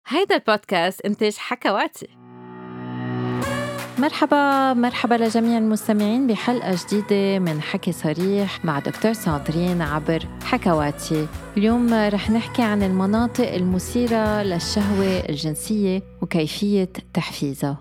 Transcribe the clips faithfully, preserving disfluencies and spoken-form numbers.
هيدا البودكاست إنتاج حكواتي. مرحبا مرحبا لجميع المستمعين بحلقة جديدة من حكي صريح مع دكتور ساندرين عبر حكواتي. اليوم رح نحكي عن المناطق المثيرة للشهوة الجنسية وكيفية تحفيزها.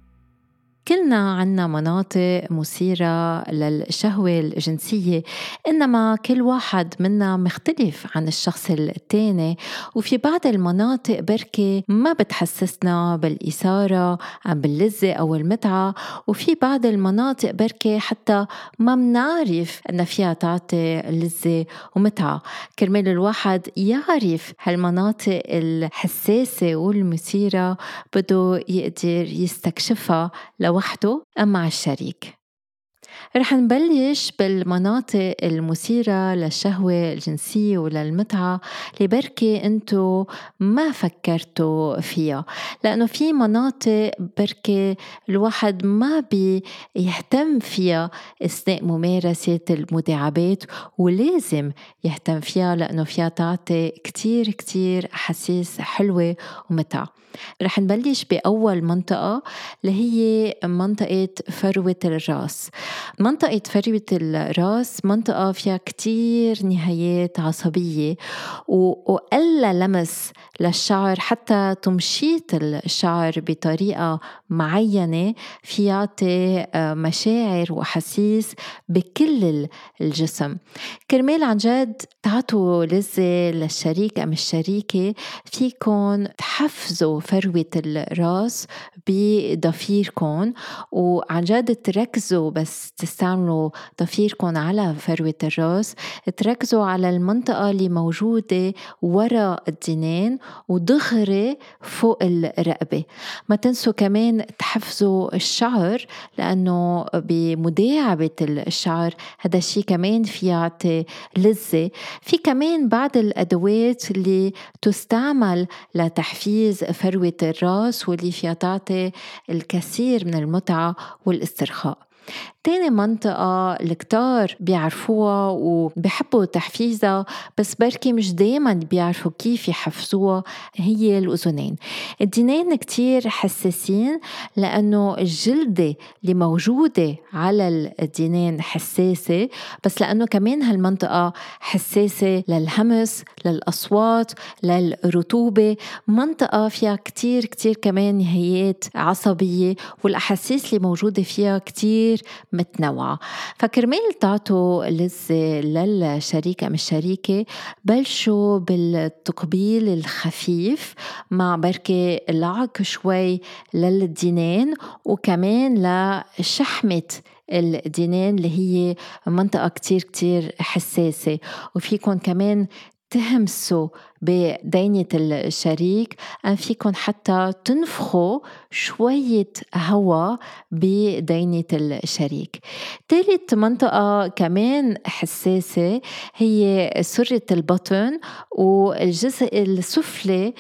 كلنا عنا مناطق مثيرة للشهوة الجنسية، إنما كل واحد منا مختلف عن الشخص التاني، وفي بعض المناطق بركة ما بتحسسنا بالإثارة أم باللذة أو المتعة، وفي بعض المناطق بركة حتى ما منعرف أن فيها تعطي لذة ومتعة. كرمال الواحد يعرف هالمناطق الحساسة والمثيرة بده يقدر يستكشفها لو وحده أم مع الشريك. رح نبلش بالمناطق المثيرة للشهوة الجنسية وللمتعة اللي بركي أنتو ما فكرتوا فيها، لأنه في مناطق بركي الواحد ما بيهتم فيها أثناء ممارسة المداعبات، ولازم يهتم فيها لأنه فيها تعطي كتير كتير أحاسيس حلوة ومتعة. رح نبلش بأول منطقة اللي هي منطقة فروة الراس. منطقة فروة الراس منطقة فيها كتير نهايات عصبية وقل لمس للشعر، حتى تمشيط الشعر بطريقة معينة في يعطي مشاعر وحسيس بكل الجسم. كرمال عن جد تعطوا لذة للشريك أم الشريكة، فيكن تحفزوا فروة الراس بضفيركن، وعن جد تركزوا بس تستعملوا ضفيركن على فروة الراس، تركزوا على المنطقة اللي موجودة وراء الدينين ودغري فوق الرقبة. ما تنسوا كمان تحفزوا الشعر، لأنه بمداعبة الشعر هذا الشيء كمان في يعطي لذة. في كمان بعض الأدوات اللي تستعمل لتحفيز فروة الراس واللي فيها تعطي الكثير من المتعة والاسترخاء. تاني منطقة الكتار بيعرفوها وبيحبوا تحفيزها، بس بركي مش دايما بيعرفوا كيف يحفزوها، هي الأذنين. الدينين كتير حساسين لأنه الجلدة اللي موجودة على الدينين حساسة، بس لأنه كمان هالمنطقة حساسة للهمس، للأصوات، للرطوبة. منطقة فيها كتير كتير كمان نهايات عصبية، والأحاسيس اللي موجودة فيها كتير متنوعة. فكرمال تعطوا لذة للشريك أم الشريكة، بلشوا بالتقبيل الخفيف مع بركة العق شوي للدينين، وكمان لشحمة الدينين اللي هي منطقة كتير كتير حساسة. وفيكن كمان تهمسوا بدينة الشريك، أم فيكن حتى تنفخوا شوية هواء بدينة الشريك. ثالث منطقة كمان حساسة هي سرة البطن والجزء السفلي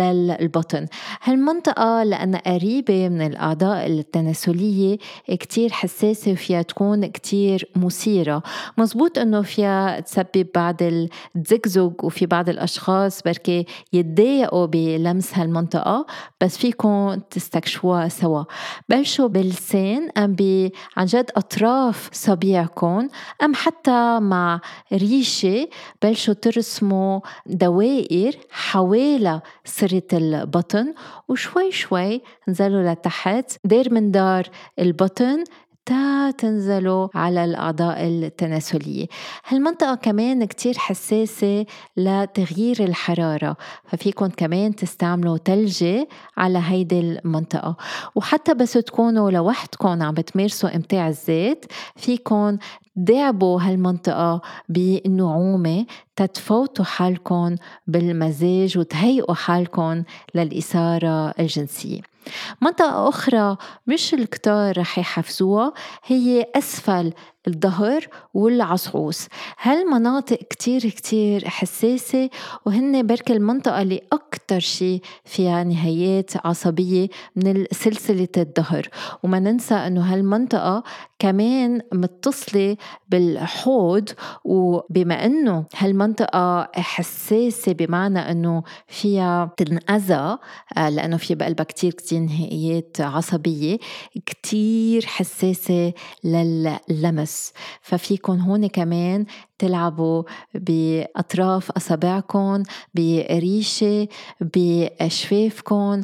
للبطن. هالمنطقة لأنها قريبة من الأعضاء التناسلية كتير حساسة وفيها تكون كتير مثيرة. مزبوط أنه فيها تسبب بعض الزجزج، وفي بعض الأشخاص بركي يتضايقوا بلمس هالمنطقة، بس فيكم تستكشفوها سوا. بلشوا باللسان أم عن جد أطراف صبيعكم، أم حتى مع ريشة بلشوا ترسموا دوائر حوالي سرة البطن، وشوي شوي نزلوا لتحت دير من دار البطن تا تنزلوا على الأعضاء التناسلية. هالمنطقة كمان كتير حساسة لتغيير الحرارة، ففيكن كمان تستعملوا تلجة على هيدي المنطقة. وحتى بس تكونوا لوحدكن عم بتمارسوا امتاع الذات، فيكن داعبوا هالمنطقة بالنعومة تتفوتوا حالكن بالمزاج وتهيئوا حالكن للإثارة الجنسية. منطقة أخرى مش الكتار رح يحفزوها هي أسفل الظهر والعصعوص. هالمناطق كتير كتير حساسة، وهن برك المنطقة اللي أكتر شي فيها نهايات عصبية من سلسلة الظهر. وما ننسى أنه هالمنطقة كمان متصلة بالحوض، وبما أنه هالمنطقة حساسة بمعنى أنه فيها تنأذى لأنه في بقلبها كتير كتير نهايات عصبية، كتير حساسة لللمس. ففيكن هون كمان تلعبوا بأطراف أصابعكم، بريشة، بشفافكم،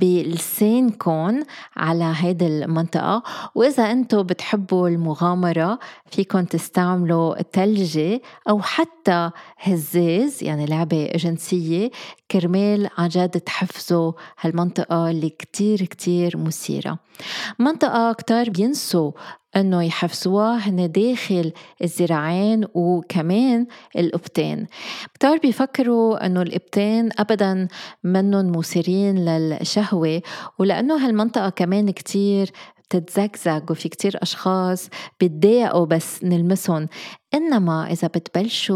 بلسانكم على هيدا المنطقة. وإذا أنتوا بتحبوا المغامرة فيكن تستعملوا تلجة أو حتى هزاز، يعني لعبة جنسية، كرمال عجاد تحفزوا هالمنطقة اللي كتير كتير مثيرة. منطقة كتار بينسوا أنه يحفزوها هن داخل الذراعين وكمان الإبطين. كتار بيفكروا أنه الإبطين أبداً منن مثيرين للشهوة، ولأنه هالمنطقة كمان كتير بتتزكزك وفي كتير أشخاص بتضايقوا بس نلمسهم. إنما إذا بتبلشوا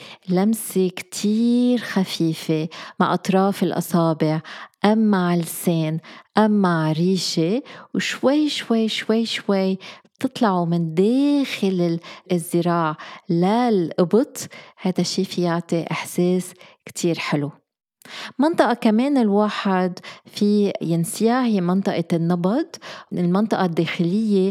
بلمسة كتير خفيفة مع أطراف الأصابع أم مع لسان أم مع ريشة، وشوي شوي شوي شوي تطلعوا من داخل الذراع للإبط، هذا الشيء في يعطي إحساس كتير حلو. منطقة كمان الواحد في ينسيها هي منطقة النبض، المنطقة الداخلية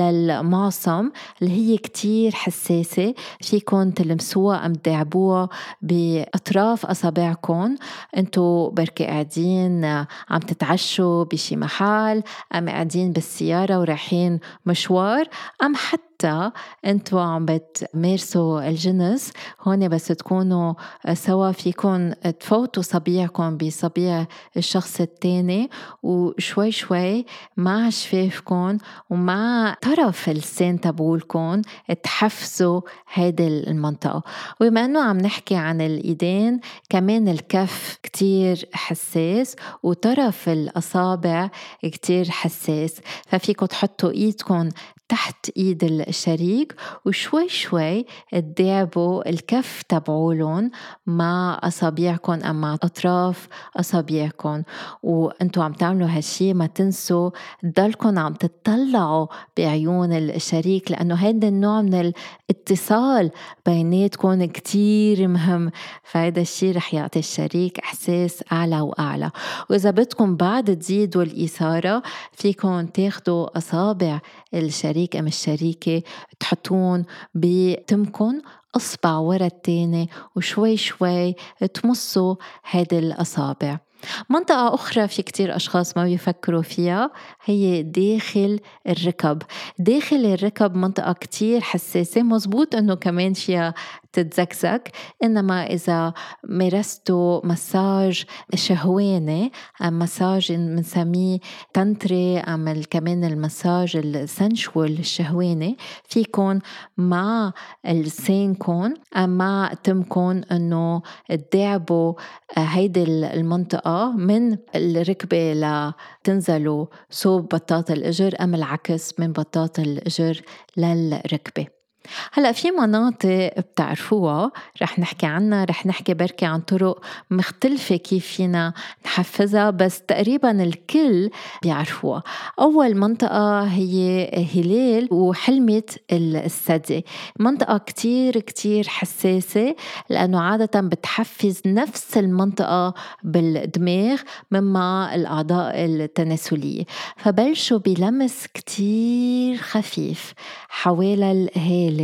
للمعصم اللي هي كتير حساسة. فيكن تلمسوها أم تدعبوها بأطراف أصابعكم. انتو بركي قاعدين عم تتعشوا بشي محل، أم قاعدين بالسيارة ورايحين مشوار، أم حتى انتوا عم بتمارسوا الجنس. هون بس تكونوا سوا فيكن تفوتوا صبيعكم بصبيع الشخص التاني، وشوي شوي مع شفافكم ومع طرف اللسان تبولكم تحفزوا هيدي المنطقة. وبما أنه عم نحكي عن الإيدين، كمان الكف كتير حساس وطرف الأصابع كتير حساس. ففيكم تحطوا إيدكم تحت إيد الشريك وشوي شوي تدعبوا الكف تبعولن مع أصابعكم أم مع أطراف أصابعكم. وأنتوا عم تعملوا هالشي ما تنسوا تضلكن عم تطلعوا بعيون الشريك، لأنه هيدا النوع من الاتصال بيناتكم كتير مهم. فهذا الشي رح يعطي الشريك إحساس أعلى وأعلى. وإذا بدكم بعد تزيدوا الإثارة فيكم تاخدوا أصابع الشريك أم الشريكة تحطون بتمكن أصبع ورا التاني وشوي شوي تمصوا هيدي الأصابع. منطقة أخرى في كتير أشخاص ما بيفكروا فيها هي داخل الركب. داخل الركب منطقة كتير حساسة، مزبوط أنه كمان فيها تتزكزك، إنما إذا مارستوا مساج شهواني أم مساج منسميه تنتري أم كمان المساج السنشوال الشهواني، فيكن مع لسانكم أم مع تمكن أنه تدعبوا هيدي المنطقة من الركبة لتنزلوا صوب بطاط الإجر أم العكس من بطاط الإجر للركبة. هلأ في مناطق بتعرفوها رح نحكي عنها، رح نحكي بركي عن طرق مختلفة كيف فينا نحفزها، بس تقريبا الكل بيعرفوها. أول منطقة هي هلال وحلمة الثدي. منطقة كتير كتير حساسة لأنه عادة بتحفز نفس المنطقة بالدماغ مما الأعضاء التناسلية. فبلشوا بلمس كتير خفيف حوالي الهالة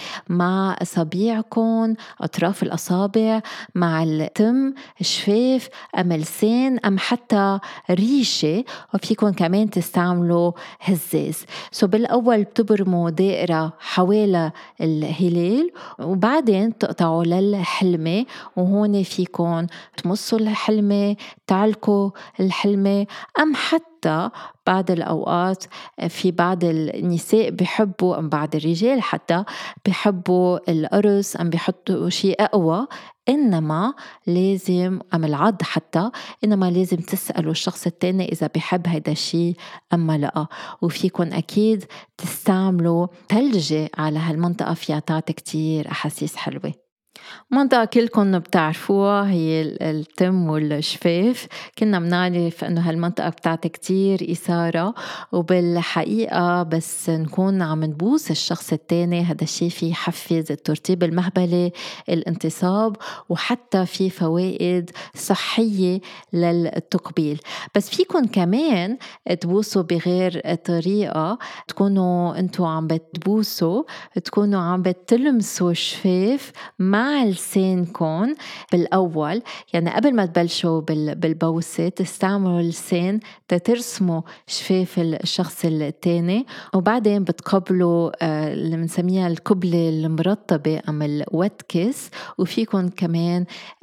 مع أصابعكم، أطراف الأصابع، مع التم، شفاف أم لسان أم حتى ريشة. وفيكم كمان تستعملوا هزاز. سو بالأول بتبرموا دائرة حوالي الهلال وبعدين تقطعوا للحلمة، وهون فيكم تمصوا الحلمة، تعلقوا الحلمة، أم حتى حتى بعض الأوقات في بعض النساء بيحبوا أم بعض الرجال حتى بيحبوا القرص أم بيحطوا شيء أقوى، إنما لازم أم العض حتى إنما لازم تسألوا الشخص التاني إذا بيحب هيدا الشيء أما لأ. وفيكن أكيد تستعملوا ثلجة على هالمنطقة فيها تعطي كتير أحاسيس حلوة. منطقة كلكن بتعرفوها هي التم والشفاف. كنا منعرف أنه هالمنطقة بتعطي كتير إثارة، وبالحقيقة بس نكون عم نبوس الشخص التاني هذا الشيء فيه يحفز الترطيب المهبلي، الانتصاب، وحتى في فوائد صحية للتقبيل. بس فيكن كمان تبوسوا بغير طريقة، تكونوا انتو عم بتبوسوا تكونوا عم بتلمسوا شفاف مع لسانكم بالأول. يعني قبل ما تبلشوا بالبوسة تستعملوا اللسان تترسموا شفاف الشخص التاني، وبعدين بتقبلوا اللي منسميها القبلة المرطبة أم الوت كيس. وفيكم كمان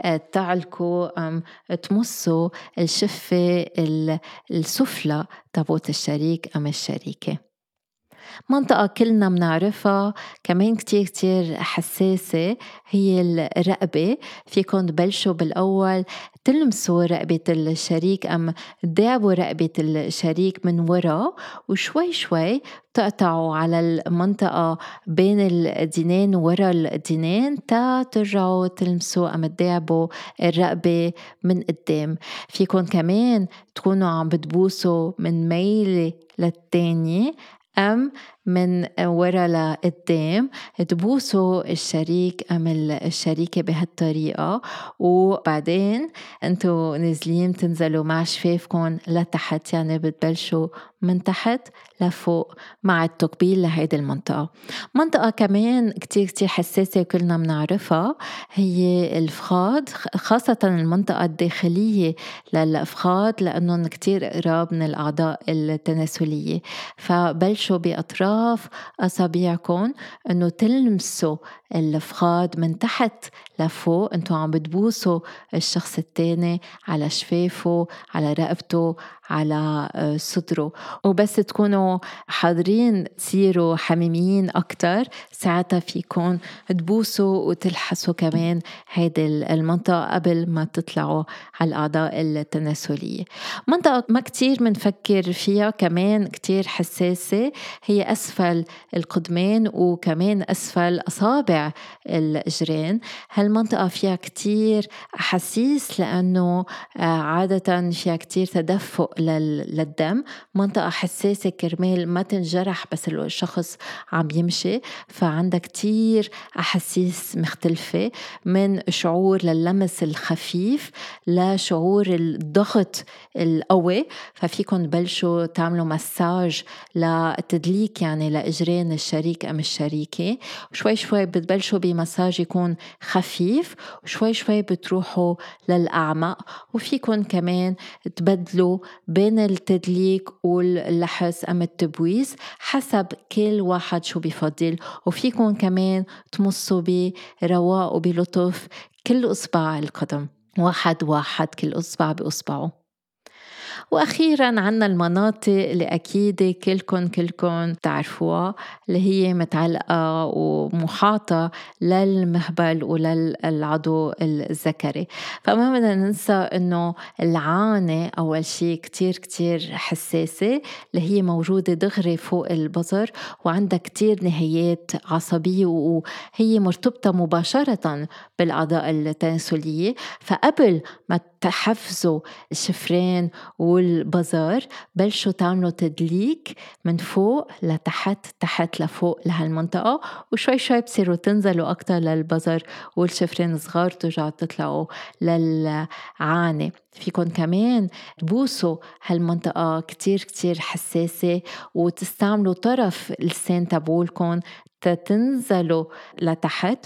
تعلقوا أم تمسوا الشفة السفلى تبوت الشريك أم الشريكة. منطقة كلنا منعرفها كمان كتير كتير حساسة هي الرقبة. فيكن تبلشوا بالأول تلمسوا رقبة الشريك أم تداعبوا رقبة الشريك من وراء، وشوي شوي تقطعوا على المنطقة بين الدينين وراء الدينين تا ترجعوا تلمسوا أم تداعبوا الرقبة من قدام. فيكن كمان تكونوا عم بتبوسوا من ميلة للتانية أم من ورا لقدام، تبوسوا الشريك أم الشريكة بهالطريقة. وبعدين انتوا نازلين تنزلوا مع شفافكم لتحت، يعني بتبلشوا من تحت لفوق مع التقبيل لهيدي المنطقة. منطقة كمان كتير كتير حساسة وكلنا منعرفها هي الفخاد، خاصة المنطقة الداخلية للأفخاد لأنهم كتير قراب من الأعضاء التناسلية. فبلشوا بأطراف أصابعكم أنه تلمسوا الفخاد من تحت لفوق. أنتوا عم بتبوسوا الشخص التاني على شفافه، على رقبته، على صدره. وبس تكونوا حاضرين تصيروا حميمين أكتر، ساعتها فيكون تبوسوا وتلحسوا كمان هيدي المنطقة قبل ما تطلعوا على الأعضاء التناسلية. منطقة ما كتير منفكر فيها كمان كتير حساسة هي أسفل القدمين وكمان أسفل أصابع الجرين. هالمنطقة فيها كتير أحاسيس لأنه عادة فيها كتير تدفق للدم. منطقة حساسة كرمال ما تنجرح بس الشخص عم يمشي، فعندها كتير أحاسيس مختلفة، من شعور للمس الخفيف لشعور الضغط القوي. ففيكن بلشوا تعملوا مساج لتدليك يعني لإجرين الشريك أم الشريكة. وشوي شوي بتبلشوا بمساج يكون خفيف، وشوي شوي بتروحوا للأعمق. وفيكن كمان تبدلوا بين التدليك واللحس أم التبويس حسب كل واحد شو بيفضل. وفيكن كمان تمصوا برواق وبلطف كل أصبع القدم، واحد واحد كل أصبع بأصبعه. وأخيراً عنا المناطق اللي أكيد كلكن كلكن تعرفوها، اللي هي متعلقة ومحاطة للمهبل وللعضو الذكري. فما بدنا ننسى إنه العانة أول شيء كتير كتير حساسة، اللي هي موجودة دغري فوق البظر وعندها كتير نهايات عصبية وهي مرتبطة مباشرة بالأعضاء التناسلية. فقبل ما تحفزوا الشفرين والبظر بلشوا تعملوا تدليك من فوق لتحت، تحت لفوق لهالمنطقة، وشوي شوي بصيروا تنزلوا أكتر للبظر والشفرين صغار ترجعوا تطلعوا للعانة. فيكن كمان تبوسوا هالمنطقة كتير كتير حساسة، وتستعملوا طرف لسان تبولكن تتنزلوا لتحت.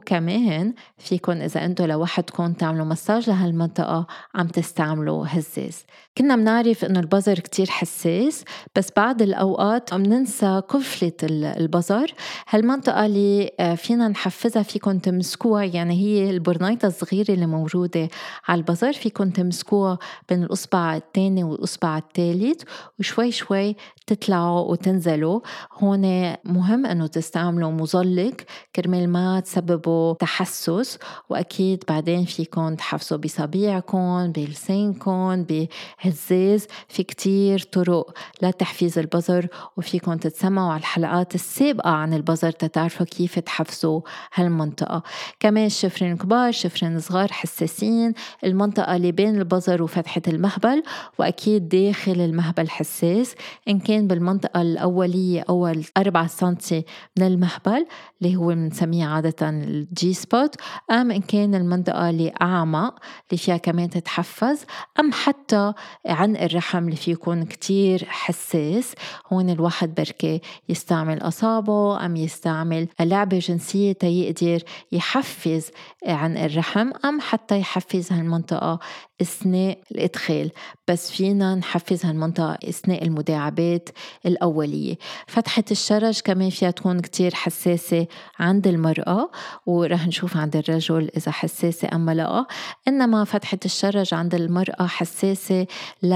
وكمان فيكن إذا أنتوا لوحدكم تعملوا مساج لهالمنطقة عم تستعملوا هزاز. كنا منعرف إنه البظر كتير حساس، بس بعض الأوقات عم ننسى كفلة البظر. هالمنطقة اللي فينا نحفزها فيكن تمسكوها، يعني هي البرنيطة الصغيرة اللي موجودة على البظر، فيكن تمسكوها بين الأصبع الثاني والأصبع الثالث وشوي شوي تطلعوا وتنزلوا. هون مهم أنه تستعملوا مزلق كرمال ما تسببوا تحسس، وأكيد بعدين فيكن تحفزوا بصبيعكم بلسانكم بهزاز. في كتير طرق لتحفيز البظر، وفيكن تتسمعوا على الحلقات السابقة عن البظر تتعرفوا كيف تحفزوا هالمنطقة. كمان الشفرين كبار شفرين صغار حساسين، المنطقة اللي بين البظر وفتحة المهبل، وأكيد داخل المهبل حساس، إن كان بالمنطقة الأولية أول أربعة سنتي من المهبل اللي هو بنسميه عادة الجي سبوت، أم إن كان المنطقة اللي أعمق اللي فيها كمان تتحفز، أم حتى عن الرحم اللي فيه يكون كتير حساس. هون الواحد بركي يستعمل أصابه أم يستعمل لعبة جنسية تيقدر يحفز عن الرحم، أم حتى يحفز هالمنطقة أثناء الإدخال. بس فينا نحفز هالمنطقة أثناء المداعبات الأولية. فتحة الشرج كمان فيها تكون كتير حساسة عند المرأة، ورح نشوف عند الرجل إذا حساسة أم لا. إنما فتحة الشرج عند المرأة حساسة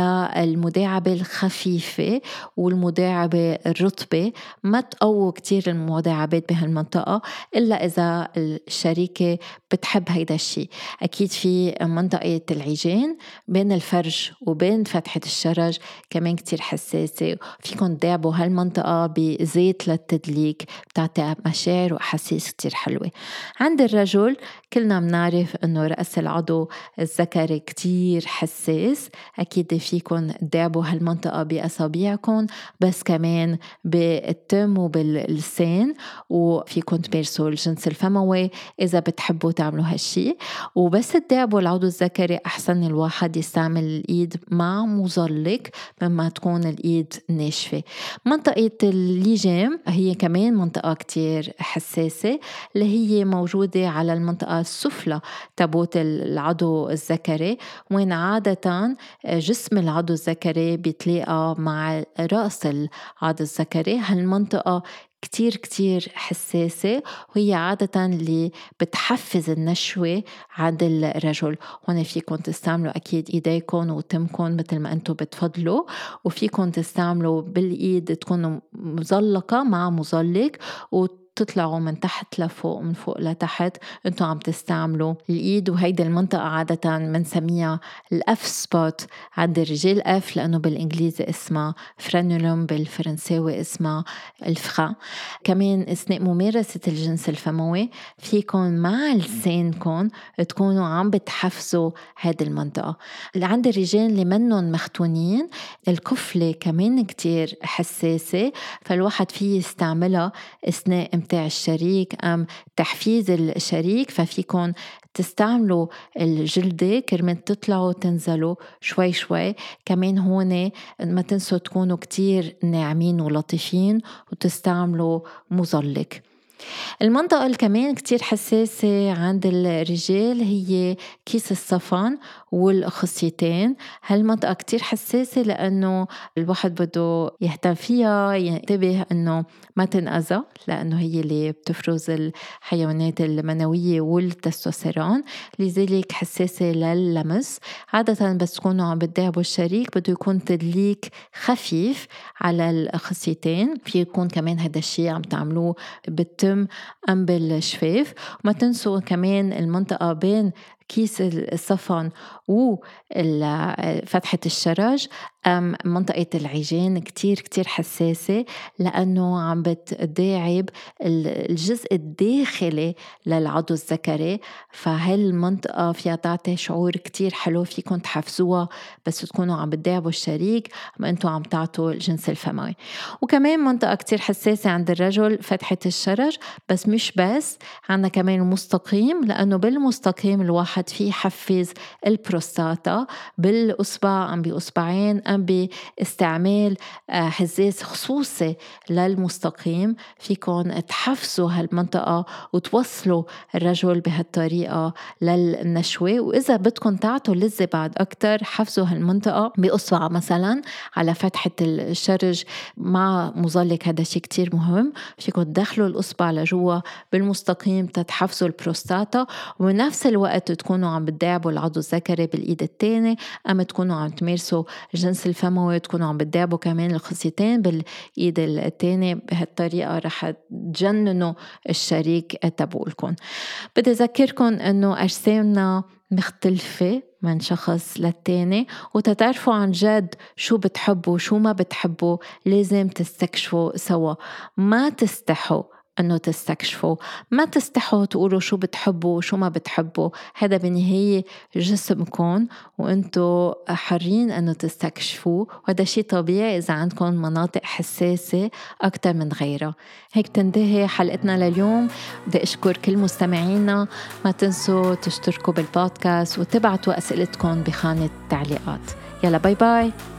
للمداعبة الخفيفة والمداعبة الرطبة. ما تقووا كتير المداعبات بهالمنطقة إلا إذا الشريكة بتحب هيدا الشيء. أكيد في منطقة العجين بين الفرج وبين فتحة الشرج كمان كتير حساسة، فيكن تداعبوا هالمنطقة بزيت للتدليك، بتعطي مشاعر وأحاسيس كتير حلوة. عند الرجل كلنا منعرف إنه رأس العضو الذكري كتير حساس، أكيد فيكن تداعبوا هالمنطقة بأصابعكم، بس كمان بالتم وباللسان، وفيكن تمارسوا الجنس الفموي إذا بتحبوا تعملوا هالشي. وبس تداعبوا العضو الذكري أحسن الواحد يستعمل الإيد مع مزلق مما تكون الإيد ناشفة. منطقة اللجام هي كمان منطقة كتير حساسة، اللي هي موجودة على المنطقة السفلى تبوت العضو الذكري، وين عادة جسم العضو الذكري بيتلاقى مع رأس العضو الذكري. هالمنطقة كتير كتير حساسة، وهي عادة اللي بتحفز النشوة عند الرجل. هون فيكم تستعملوا أكيد إيديكم وتمكن مثل ما أنتوا بتفضلوا، وفيكم تستعملوا بالإيد تكونوا مزلقة مع مزلق وتطلعوا من تحت لفوق من فوق لتحت أنتوا عم تستعملوا الإيد. وهيدا المنطقة عادة منسميها الأف سبوت عند الرجال أف، لأنه بالإنجليزي اسمها فرانولوم، بالفرنساوي اسمها الفخا. كمان أثناء ممارسة الجنس الفموي فيكم مع لسانكم تكونوا عم بتحفزوا هذه المنطقة. اللي عند الرجال اللي منهم مختونين الكفلة كمان كتير حساسة، فالواحد فيه يستعملها أثناء امتاع الشريك أم تحفيز الشريك. ففيكم تستعملوا الجلدة كرمال تطلعوا تنزلوا شوي شوي. كمان هون ما تنسوا تكونوا كتير ناعمين ولطيفين وتستعملوا مزلق. المنطقة اللي كمان كتير حساسة عند الرجال هي كيس الصفن والخصيتين. هالمنطقة كتير حساسة لأنه الواحد بده يهتم فيها، ينتبه أنه ما تنأذى، لأنه هي اللي بتفرز الحيوانات المنوية والتستوستيرون، لذلك حساسة لللمس. عادة بس تكونوا عم بتداعبوا الشريك بده يكون تدليك خفيف على الخصيتين. في يكون كمان هذا الشيء عم تعملوه بالتم أم بالشفاف. وما تنسوا كمان المنطقة بين كيس الصفن وفتحة الشرج أم منطقة العجين كتير كتير حساسة، لأنه عم بتداعب الجزء الداخلي للعضو الذكري. فهالمنطقة فيها تعطي شعور كتير حلو، فيكم تحفزوها بس تكونوا عم بتداعبوا الشريك أما أنتوا عم تعطوا الجنس الفموي. وكمان منطقة كتير حساسة عند الرجل فتحة الشرج، بس مش بس، عنا كمان المستقيم، لأنه بالمستقيم الواحد فيه يحفز البروستاتا بالأصبع أم بأصبعين أم باستعمال حزاز خصوصي للمستقيم فيكن تحفزوا هالمنطقة وتوصلوا الرجل بهالطريقة للنشوة. وإذا بدكم تعطوا لذة بعد أكتر حفزوا هالمنطقة بأصبع مثلا على فتحة الشرج مع مظلك، هذا شيء كتير مهم. فيكم تدخلوا الأصبع لجوا بالمستقيم تتحفزوا البروستاتا، وبنفس الوقت تكونوا عم بتداعبوا العضو الذكري بالإيد التاني، أما تكونوا عم تمارسوا الجنس الفموي تكونوا عم بتداعبوا كمان الخصيتين بالإيد التاني. بهالطريقة رح تجننوا الشريك تبعولكم. بدي أذكركم أنه أجسامنا مختلفة من شخص للتاني، وتتعرفوا عن جد شو بتحبوا شو ما بتحبوا لازم تستكشفوا سوا. ما تستحوا أنه تستكشفوا، ما تستحوا تقولوا شو بتحبوا وشو ما بتحبوا، هذا بالنهاية جسمكم وأنتوا حرين أنه تستكشفوا، وهذا شيء طبيعي إذا عندكم مناطق حساسة أكتر من غيرها. هيك تنتهي حلقتنا لليوم. بدي أشكر كل مستمعينا، ما تنسوا تشتركوا بالبودكاست وتبعتوا أسئلتكم بخانة التعليقات. يلا باي باي.